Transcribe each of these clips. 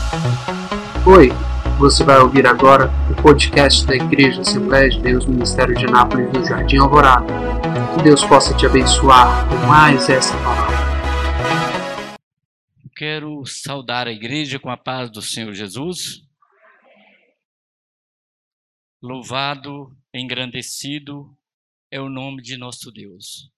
Oi, você vai ouvir agora o podcast da Igreja Assembleia de Deus Ministério de Anápolis do Jardim Alvorada. Que Deus possa te abençoar com mais essa palavra. Quero saudar a igreja com a paz do Senhor Jesus. Louvado, engrandecido é o nome de nosso Deus.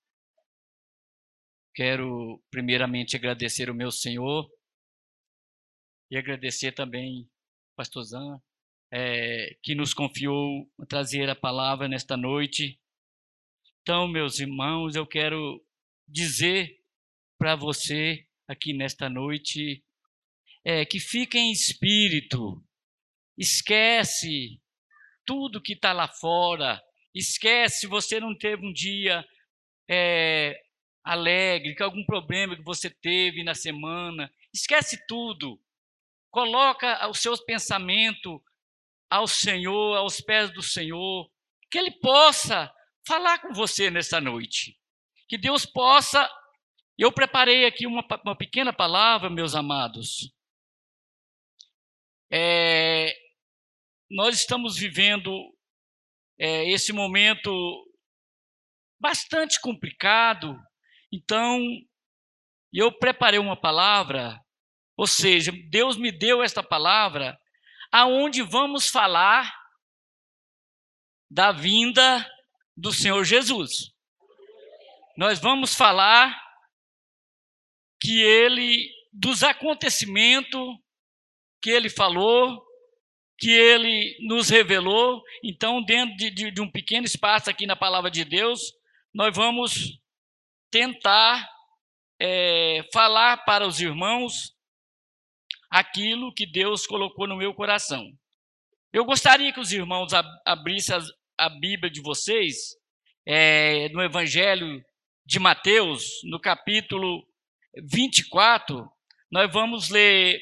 Quero primeiramente agradecer o meu Senhor e agradecer também o pastor Zan, que nos confiou trazer a palavra nesta noite. Então, meus irmãos, eu quero dizer para você aqui nesta noite que fique em espírito, esquece tudo que está lá fora, esquece se você não teve um dia alegre, que algum problema que você teve na semana, esquece tudo, coloca os seus pensamentos ao Senhor, aos pés do Senhor, que Ele possa falar com você nessa noite, que Deus possa. Eu preparei aqui uma pequena palavra, meus amados. Nós estamos vivendo esse momento bastante complicado, então eu preparei uma palavra, ou seja, Deus me deu esta palavra, aonde vamos falar da vinda do Senhor Jesus. Nós vamos falar dos acontecimentos que Ele falou, que Ele nos revelou. Então, dentro de um pequeno espaço aqui na Palavra de Deus, nós vamos tentar falar para os irmãos aquilo que Deus colocou no meu coração. Eu gostaria que os irmãos abrissem a Bíblia de vocês no Evangelho de Mateus, no capítulo 24, nós vamos ler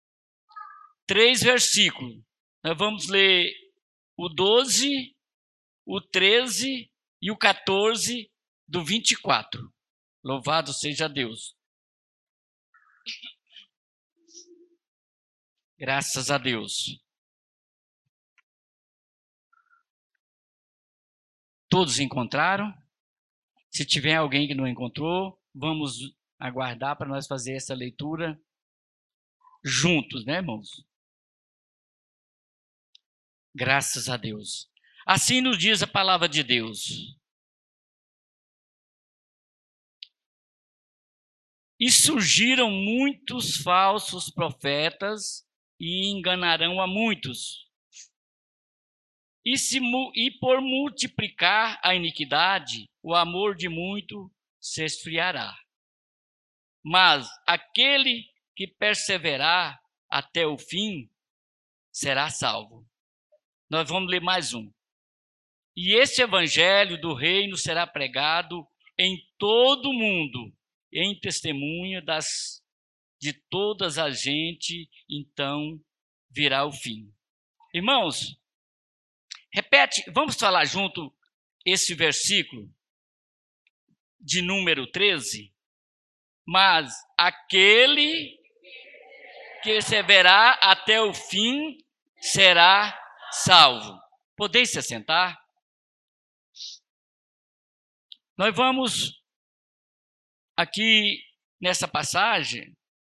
3 versículos. Nós vamos ler o 12, o 13 e o 14 do 24. Louvado seja Deus. Graças a Deus. Todos encontraram? Se tiver alguém que não encontrou, vamos aguardar para nós fazer essa leitura juntos, né, irmãos? Graças a Deus. Assim nos diz a palavra de Deus. E surgiram muitos falsos profetas e enganarão a muitos. E por multiplicar a iniquidade, o amor de muito se esfriará. Mas aquele que perseverar até o fim será salvo. Nós vamos ler mais um. E esse evangelho do reino será pregado em todo o mundo, em testemunha de todas as gente, então virá o fim. Irmãos, repete, vamos falar junto esse versículo de número 13. Mas aquele que perseverar até o fim será salvo. Podeis se assentar? Nós vamos aqui nessa passagem,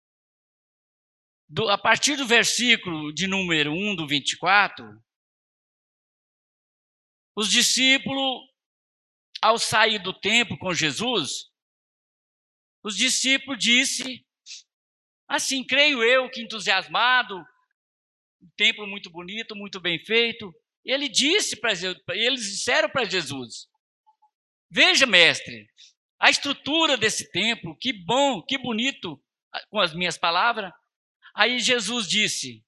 a partir do versículo de número 1 do 24, os discípulos, ao sair do templo com Jesus, os discípulos disseram, assim, creio eu que entusiasmado, um templo muito bonito, muito bem feito. Eles disseram para Jesus, veja, mestre, a estrutura desse templo, que bom, que bonito, com as minhas palavras. Aí Jesus disse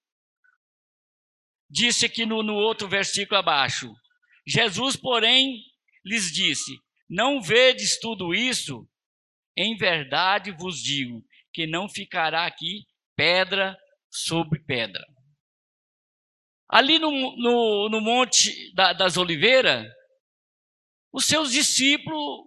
aqui no outro versículo abaixo, Jesus, porém, lhes disse, não vedes tudo isso? Em verdade vos digo, que não ficará aqui pedra sobre pedra. Ali no Monte das Oliveiras, os seus discípulos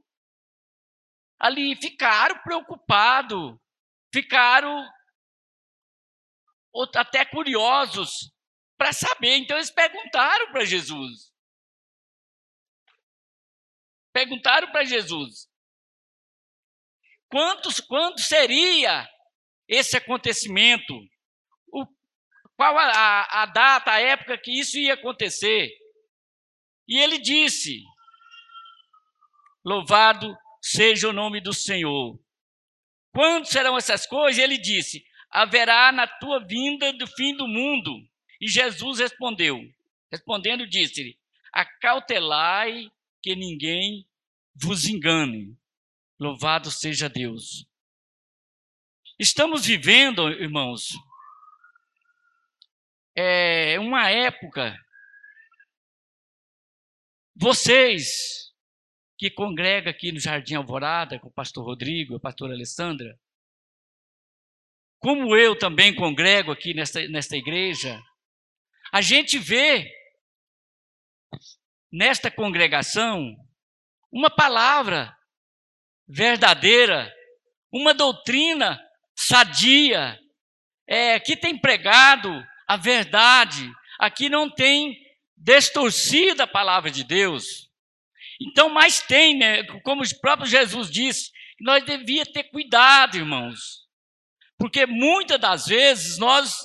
ali ficaram preocupados, ficaram até curiosos para saber. Então eles perguntaram para Jesus. Perguntaram para Jesus. Quando seria esse acontecimento? Qual a data, a época que isso ia acontecer? E ele disse: louvado seja o nome do Senhor. Quando serão essas coisas? Ele disse: haverá na tua vinda do fim do mundo. E Jesus respondendo, disse-lhe: acautelai que ninguém vos engane. Louvado seja Deus. Estamos vivendo, irmãos, uma época. Vocês que congregam aqui no Jardim Alvorada, com o pastor Rodrigo, a pastora Alessandra, como eu também congrego aqui nesta igreja, a gente vê nesta congregação uma palavra verdadeira, uma doutrina sadia, que tem pregado a verdade, aqui não tem distorcido a palavra de Deus. Então, mas tem, né, como o próprio Jesus disse, nós devíamos ter cuidado, irmãos, porque muitas das vezes nós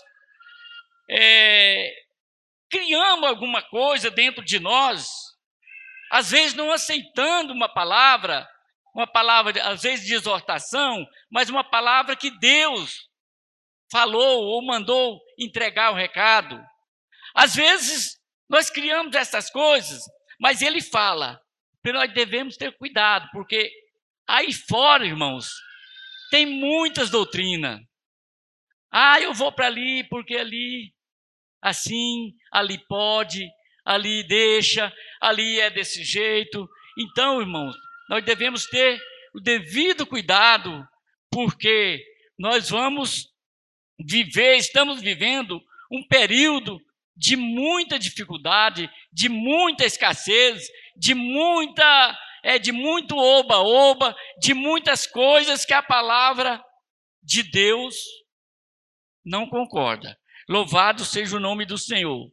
criamos alguma coisa dentro de nós, às vezes não aceitando uma palavra, às vezes de exortação, mas uma palavra que Deus falou ou mandou entregar o recado. Às vezes nós criamos essas coisas, mas ele fala que nós devemos ter cuidado, porque aí fora, irmãos, tem muitas doutrinas. Eu vou para ali porque ali assim, ali pode, ali deixa, ali é desse jeito. Então, irmãos, nós devemos ter o devido cuidado, porque nós estamos vivendo um período de muita dificuldade, de muita escassez, de muito oba-oba, de muitas coisas que a palavra de Deus não concorda. Louvado seja o nome do Senhor.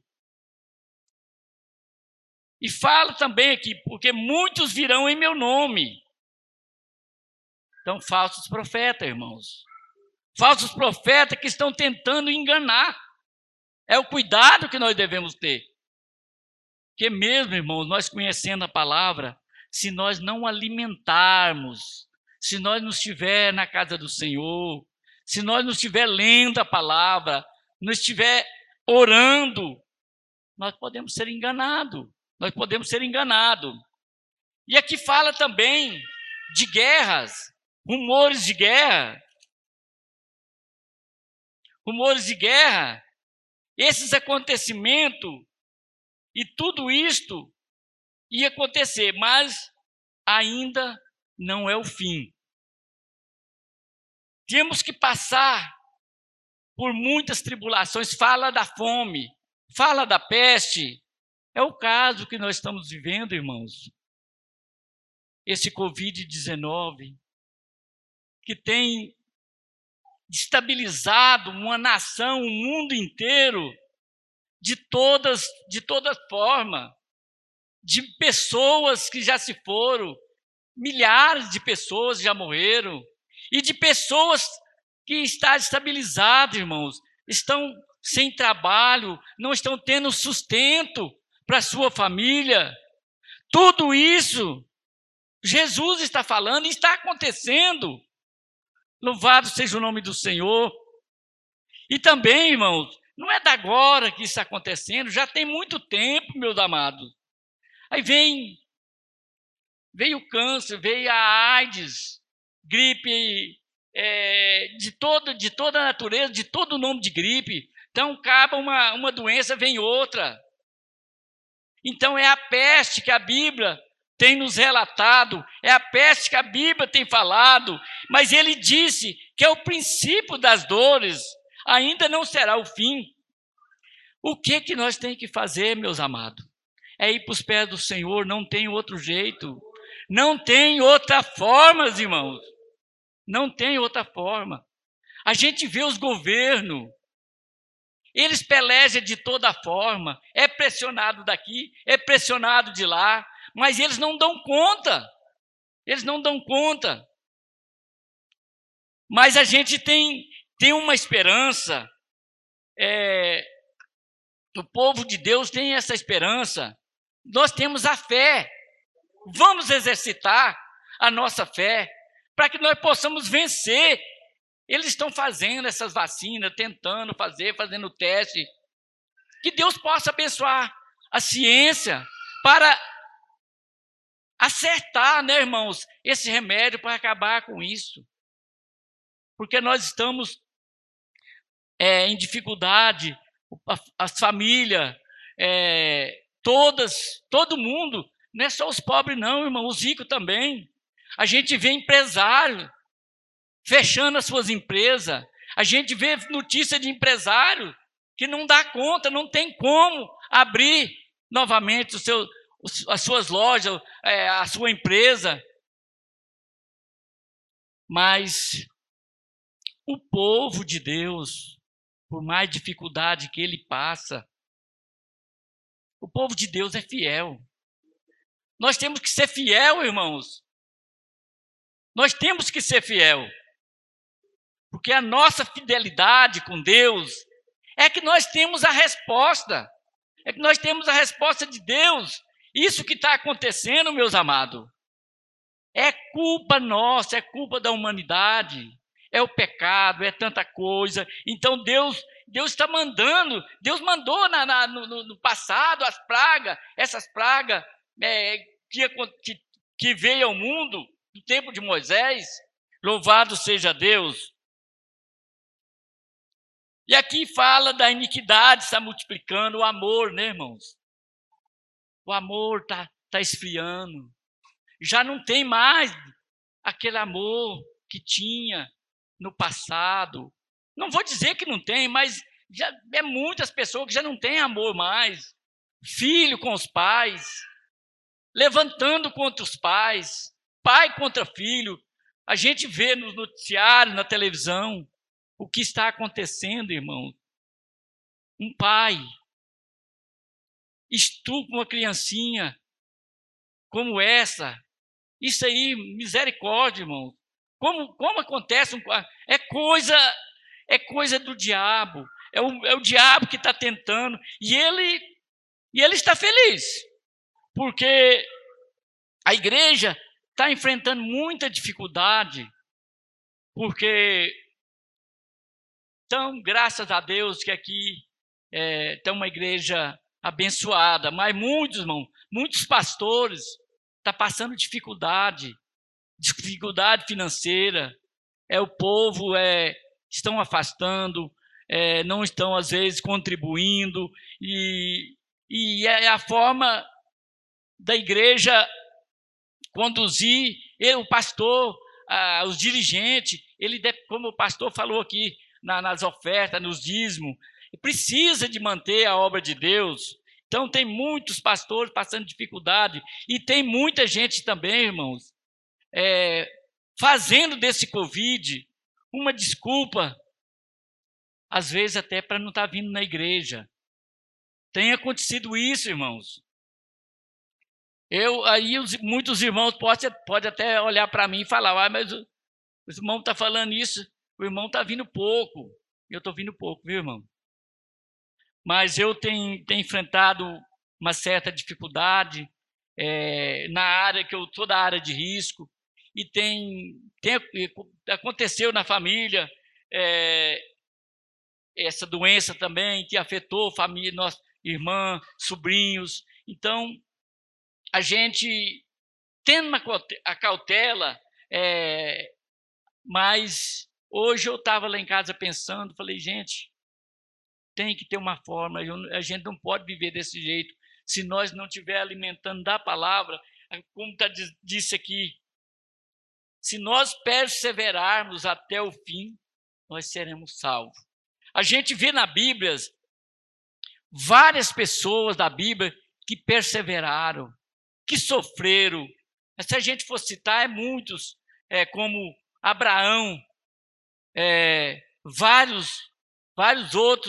E fala também aqui, porque muitos virão em meu nome. Então, falsos profetas, irmãos. Falsos profetas que estão tentando enganar. É o cuidado que nós devemos ter. Porque mesmo, irmãos, nós conhecendo a palavra, se nós não alimentarmos, se nós não estiver na casa do Senhor, se nós não estiver lendo a palavra, não estiver orando, nós podemos ser enganados. E aqui fala também de guerras, rumores de guerra. Esses acontecimentos e tudo isto ia acontecer, mas ainda não é o fim. Temos que passar por muitas tribulações. Fala da fome, fala da peste. É o caso que nós estamos vivendo, irmãos. Esse Covid-19, que tem destabilizado uma nação, um mundo inteiro, de toda forma, de pessoas que já se foram, milhares de pessoas já morreram, e de pessoas que estão estabilizadas, irmãos, estão sem trabalho, não estão tendo sustento para a sua família. Tudo isso, Jesus está falando e está acontecendo. Louvado seja o nome do Senhor. E também, irmãos, não é da agora que isso está acontecendo, já tem muito tempo, meus amados. Aí veio o câncer, veio a AIDS, gripe de toda a natureza, de todo o nome de gripe. Então, acaba uma doença, vem outra. Então, é a peste que a Bíblia tem nos relatado, é a peste que a Bíblia tem falado, mas ele disse que é o princípio das dores, ainda não será o fim. O que nós temos que fazer, meus amados? É ir para os pés do Senhor, não tem outro jeito, não tem outra forma, irmãos, não tem outra forma. A gente vê os governos eles pelejam de toda forma, é pressionado daqui, é pressionado de lá, mas eles não dão conta. Eles não dão conta. Mas a gente tem uma esperança. O povo de Deus tem essa esperança. Nós temos a fé. Vamos exercitar a nossa fé para que nós possamos vencer. Eles estão fazendo essas vacinas, tentando fazendo teste. Que Deus possa abençoar a ciência para acertar, né, irmãos, esse remédio para acabar com isso. Porque nós estamos em dificuldade, as famílias, todo mundo, não é só os pobres não, irmão, os ricos também. A gente vê empresário fechando as suas empresas, a gente vê notícia de empresário que não dá conta, não tem como abrir novamente as suas lojas, a sua empresa. Mas o povo de Deus, por mais dificuldade que ele passa, o povo de Deus é fiel. Nós temos que ser fiel, irmãos. Nós temos que ser fiel. Porque a nossa fidelidade com Deus é que nós temos a resposta. É que nós temos a resposta de Deus. Isso que está acontecendo, meus amados, é culpa nossa, é culpa da humanidade. É o pecado, é tanta coisa. Então Deus está mandando. Deus mandou no passado as pragas, essas pragas que veio ao mundo no tempo de Moisés. Louvado seja Deus. E aqui fala da iniquidade, está multiplicando o amor, né, irmãos? O amor está esfriando. Já não tem mais aquele amor que tinha no passado. Não vou dizer que não tem, mas já é muitas pessoas que já não têm amor mais. Filho com os pais, levantando contra os pais, pai contra filho. A gente vê nos noticiários, na televisão, o que está acontecendo, irmão. Um pai estupra uma criancinha como essa. Isso aí, misericórdia, irmão. Como acontece? É coisa do diabo. É o diabo que está tentando. E ele está feliz. Porque a igreja está enfrentando muita dificuldade. Porque, então, graças a Deus que aqui tem uma igreja abençoada. Mas muitos pastores estão passando dificuldade financeira. O povo estão afastando, não estão, às vezes, contribuindo, e é a forma da igreja conduzir, o pastor, os dirigentes, como o pastor falou aqui, nas ofertas, nos dízimos, precisa de manter a obra de Deus. Então, tem muitos pastores passando dificuldade, e tem muita gente também, irmãos, fazendo desse Covid uma desculpa, às vezes até para não estar vindo na igreja. Tem acontecido isso, irmãos. Muitos irmãos podem até olhar para mim e falar, mas o irmão está falando isso, o irmão está vindo pouco. Eu estou vindo pouco, viu, irmão? Mas eu tenho enfrentado uma certa dificuldade na área que eu sou, da área de risco, e aconteceu na família essa doença também, que afetou a família, nossa irmã, sobrinhos. Então, a gente tendo a cautela, mas hoje eu estava lá em casa pensando, falei, gente, tem que ter uma forma, a gente não pode viver desse jeito, se nós não estiver alimentando da palavra, como disse aqui, se nós perseverarmos até o fim, nós seremos salvos. A gente vê na Bíblia várias pessoas da Bíblia que perseveraram, que sofreram. Se a gente for citar, muitos, como Abraão, vários outros,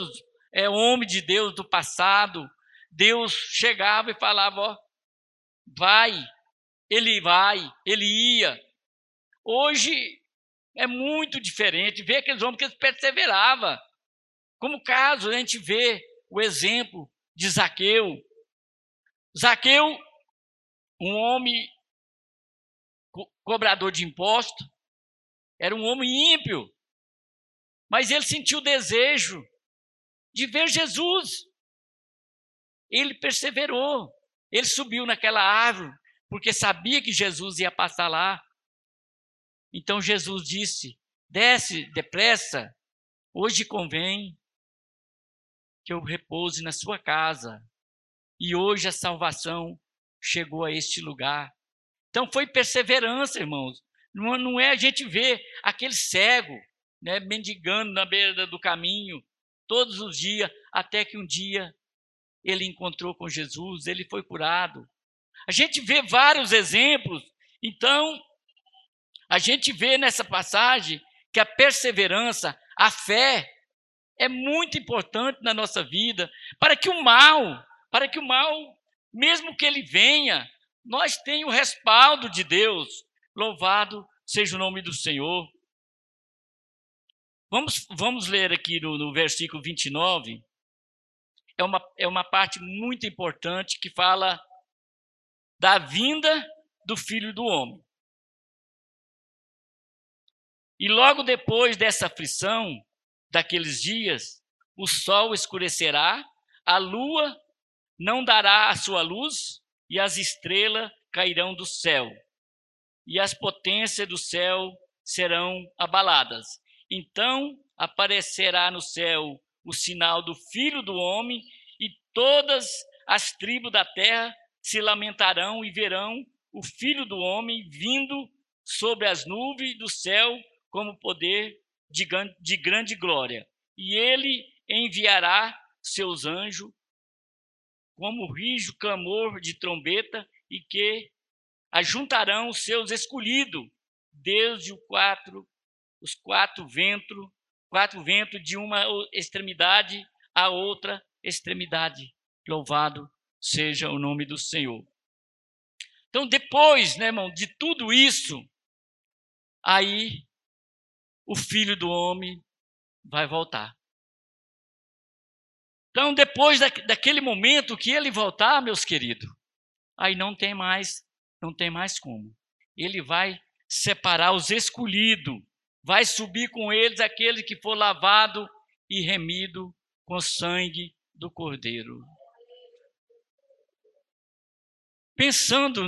homem de Deus do passado, Deus chegava e falava, ó, vai, ele ia. Hoje é muito diferente, ver aqueles homens que eles perseveravam. Como caso, a gente vê o exemplo de Zaqueu. Zaqueu, um homem cobrador de impostos, era um homem ímpio, mas ele sentiu o desejo de ver Jesus. Ele perseverou, ele subiu naquela árvore, porque sabia que Jesus ia passar lá. Então Jesus disse, desce depressa, hoje convém que eu repouse na sua casa. E hoje a salvação chegou a este lugar. Então foi perseverança, irmãos. Não é a gente ver aquele cego, né, mendigando na beira do caminho, todos os dias, até que um dia ele encontrou com Jesus, ele foi curado. A gente vê vários exemplos. Então, a gente vê nessa passagem que a perseverança, a fé, é muito importante na nossa vida, para que o mal, mesmo que ele venha, nós tenhamos o respaldo de Deus. Louvado seja o nome do Senhor. Vamos ler aqui no versículo 29. É uma parte muito importante que fala da vinda do Filho do Homem. E logo depois dessa aflição, daqueles dias, o sol escurecerá, a lua não dará a sua luz, e as estrelas cairão do céu, e as potências do céu serão abaladas. Então aparecerá no céu o sinal do Filho do Homem, e todas as tribos da terra se lamentarão e verão o Filho do Homem vindo sobre as nuvens do céu como poder de grande glória. E ele enviará seus anjos como rijo clamor de trombeta, e que ajuntarão os seus escolhidos desde os quatro ventos de uma extremidade à outra extremidade. Louvado seja o nome do Senhor. Então, depois, né, irmão, de tudo isso, aí o Filho do Homem vai voltar. Então, depois daquele momento que ele voltar, meus queridos, aí não tem mais como. Ele vai separar os escolhidos, vai subir com eles aquele que for lavado e remido com o sangue do Cordeiro. Pensando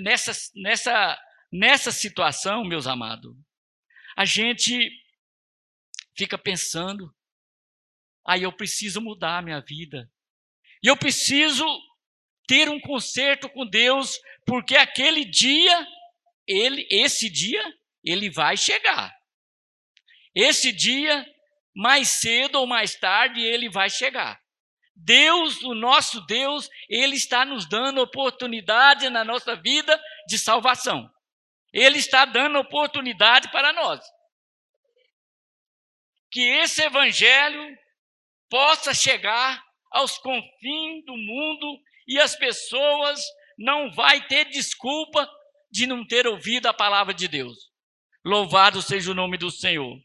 nessa situação, meus amados, a gente fica pensando, aí eu preciso mudar a minha vida. E eu preciso ter um concerto com Deus, porque aquele dia, esse dia, ele vai chegar. Esse dia, mais cedo ou mais tarde, ele vai chegar. Deus, o nosso Deus, ele está nos dando oportunidade na nossa vida de salvação. Ele está dando oportunidade para nós. Que esse evangelho possa chegar aos confins do mundo e as pessoas não vai ter desculpa de não ter ouvido a palavra de Deus. Louvado seja o nome do Senhor.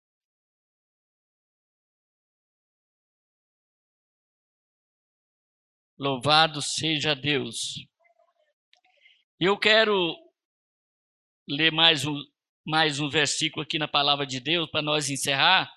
Louvado seja Deus. Eu quero ler mais um versículo aqui na palavra de Deus para nós encerrar.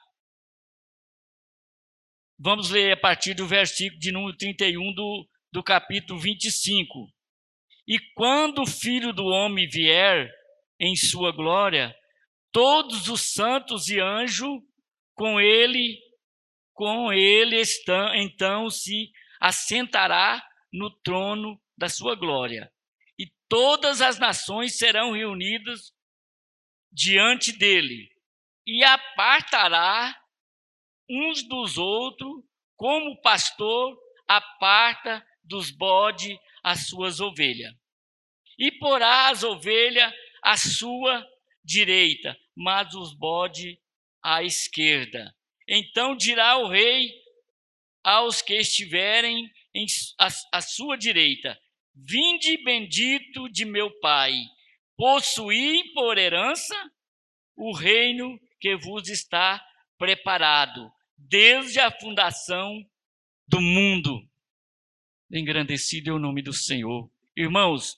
Vamos ler a partir do versículo de número 31 do capítulo 25. E quando o Filho do Homem vier em sua glória, todos os santos e anjos com ele estão, então se assentará no trono da sua glória. E todas as nações serão reunidas diante dele, e apartará uns dos outros, como o pastor aparta dos bodes as suas ovelhas. E porá as ovelhas à sua direita, mas os bodes à esquerda. Então dirá o rei aos que estiverem à sua direita: vinde bendito de meu Pai, possuí por herança o reino que vos está preparado desde a fundação do mundo. Engrandecido é o nome do Senhor. Irmãos,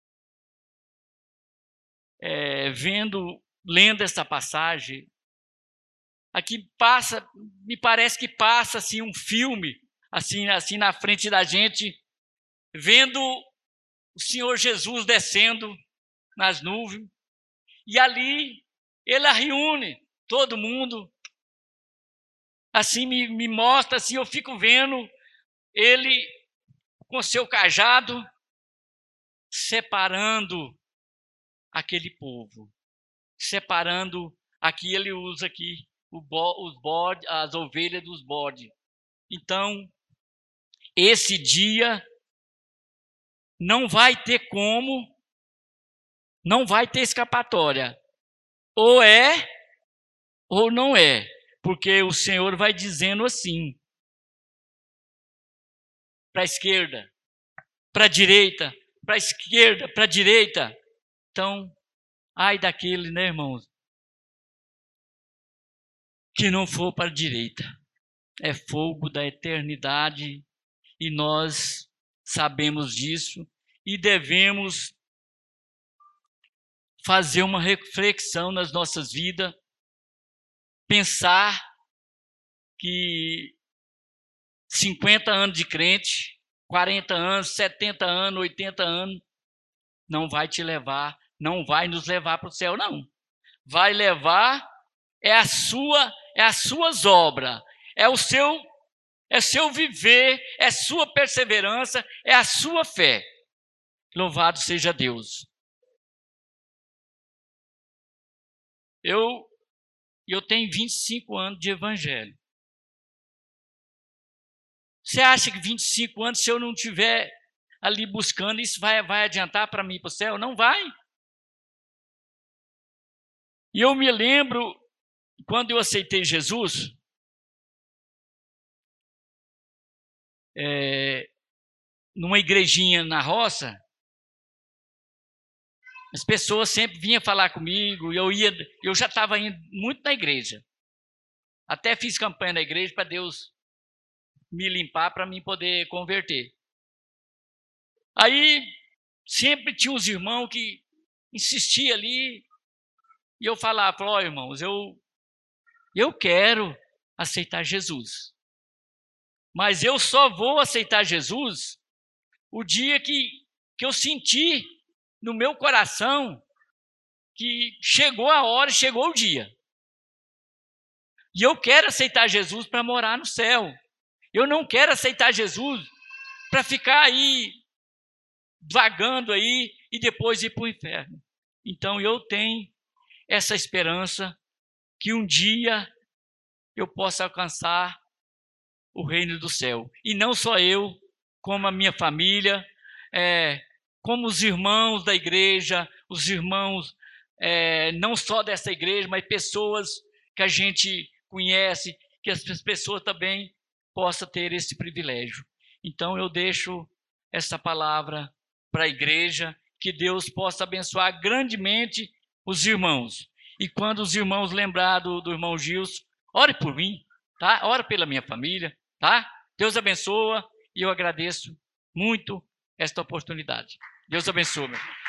lendo essa passagem, aqui me parece que passa assim um filme, assim na frente da gente, vendo o Senhor Jesus descendo nas nuvens, e ali ele reúne todo mundo, assim me mostra, assim eu fico vendo ele com seu cajado, separando aquele povo, separando, aqui ele usa aqui os bodes, as ovelhas dos bodes. Então, esse dia não vai ter como, não vai ter escapatória. Ou é, ou não é, porque o Senhor vai dizendo assim, para a esquerda, para a direita, para a esquerda, para a direita. Então, ai daquele, né, irmãos, que não for para a direita. É fogo da eternidade e nós sabemos disso e devemos fazer uma reflexão nas nossas vidas, pensar que 50 anos de crente, 40 anos, 70 anos, 80 anos, não vai te levar, não vai nos levar para o céu, não. Vai levar as suas obras, é o seu viver, é sua perseverança, é a sua fé. Louvado seja Deus. Eu tenho 25 anos de evangelho. Você acha que 25 anos, se eu não estiver ali buscando, isso vai adiantar para mim ir para o céu? Não vai. E eu me lembro, quando eu aceitei Jesus, numa igrejinha na roça, as pessoas sempre vinham falar comigo, eu já estava indo muito na igreja. Até fiz campanha na igreja para Deus me limpar, para mim poder converter. Aí, sempre tinha uns irmãos que insistiam ali, e eu falava, irmãos, eu quero aceitar Jesus. Mas eu só vou aceitar Jesus o dia que eu senti no meu coração que chegou a hora, chegou o dia. E eu quero aceitar Jesus para morar no céu. Eu não quero aceitar Jesus para ficar aí, vagando aí, e depois ir para o inferno. Então eu tenho essa esperança que um dia eu possa alcançar o reino do céu. E não só eu, como a minha família, como os irmãos da igreja, os irmãos não só dessa igreja, mas pessoas que a gente conhece, que as pessoas também possam ter esse privilégio. Então eu deixo essa palavra para a igreja, que Deus possa abençoar grandemente os irmãos. E quando os irmãos lembrar do irmão Gilson, ore por mim, tá? Ore pela minha família, tá? Deus abençoa e eu agradeço muito esta oportunidade. Deus abençoe, meu irmão.